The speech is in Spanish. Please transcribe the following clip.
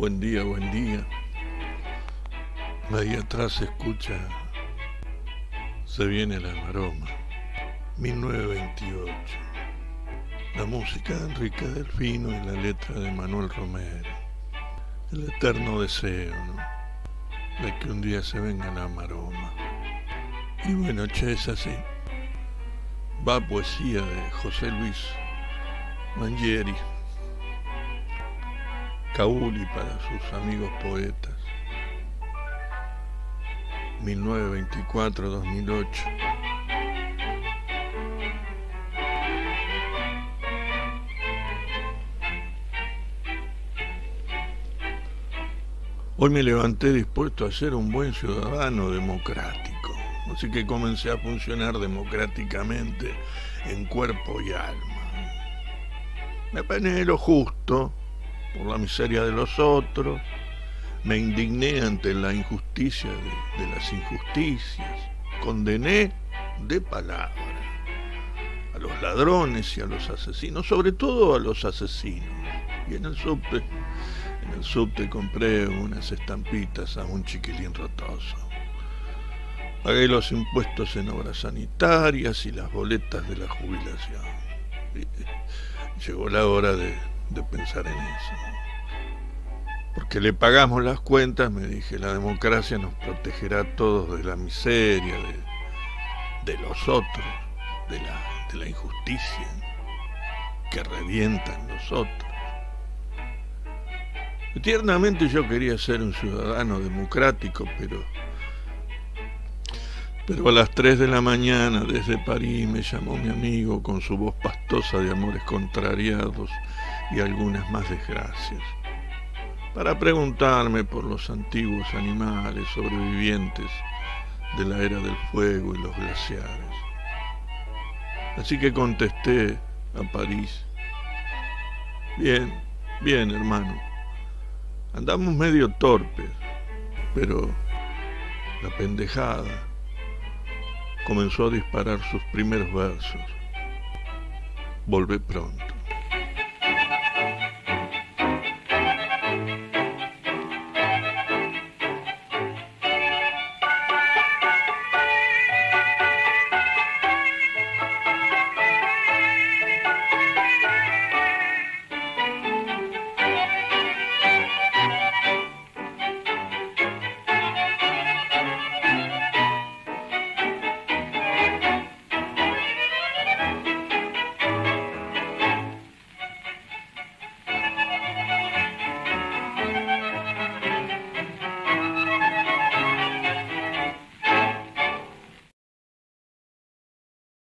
Buen día, buen día. Ahí atrás se escucha Se viene la maroma, 1928. La música de Enrique Delfino y la letra de Manuel Romero. El eterno deseo, ¿no?, de que un día se venga la maroma. Y bueno, che, es así. Va poesía de José Luis Mangieri, Cauli para sus amigos poetas, 1924-2008. Hoy me levanté dispuesto a ser un buen ciudadano democrático, así que comencé a funcionar democráticamente en cuerpo y alma. Me apené lo justo por la miseria de los otros, me indigné ante la injusticia de las injusticias, condené de palabra a los ladrones y a los asesinos, sobre todo a los asesinos. Y en el subte compré unas estampitas a un chiquilín rotoso. Pagué los impuestos en obras sanitarias y las boletas de la jubilación. Y llegó la hora de pensar en eso. Porque le pagamos las cuentas, me dije, la democracia nos protegerá a todos de la miseria, de los otros, de la injusticia que revientan los otros. Tiernamente yo quería ser un ciudadano democrático, pero a las 3 de la mañana desde París me llamó mi amigo con su voz pastosa de amores contrariados y algunas más desgracias, para preguntarme por los antiguos animales sobrevivientes de la era del fuego y los glaciares. Así que contesté a París: bien, bien, hermano, andamos medio torpes, pero la pendejada comenzó a disparar sus primeros versos. Volvé pronto.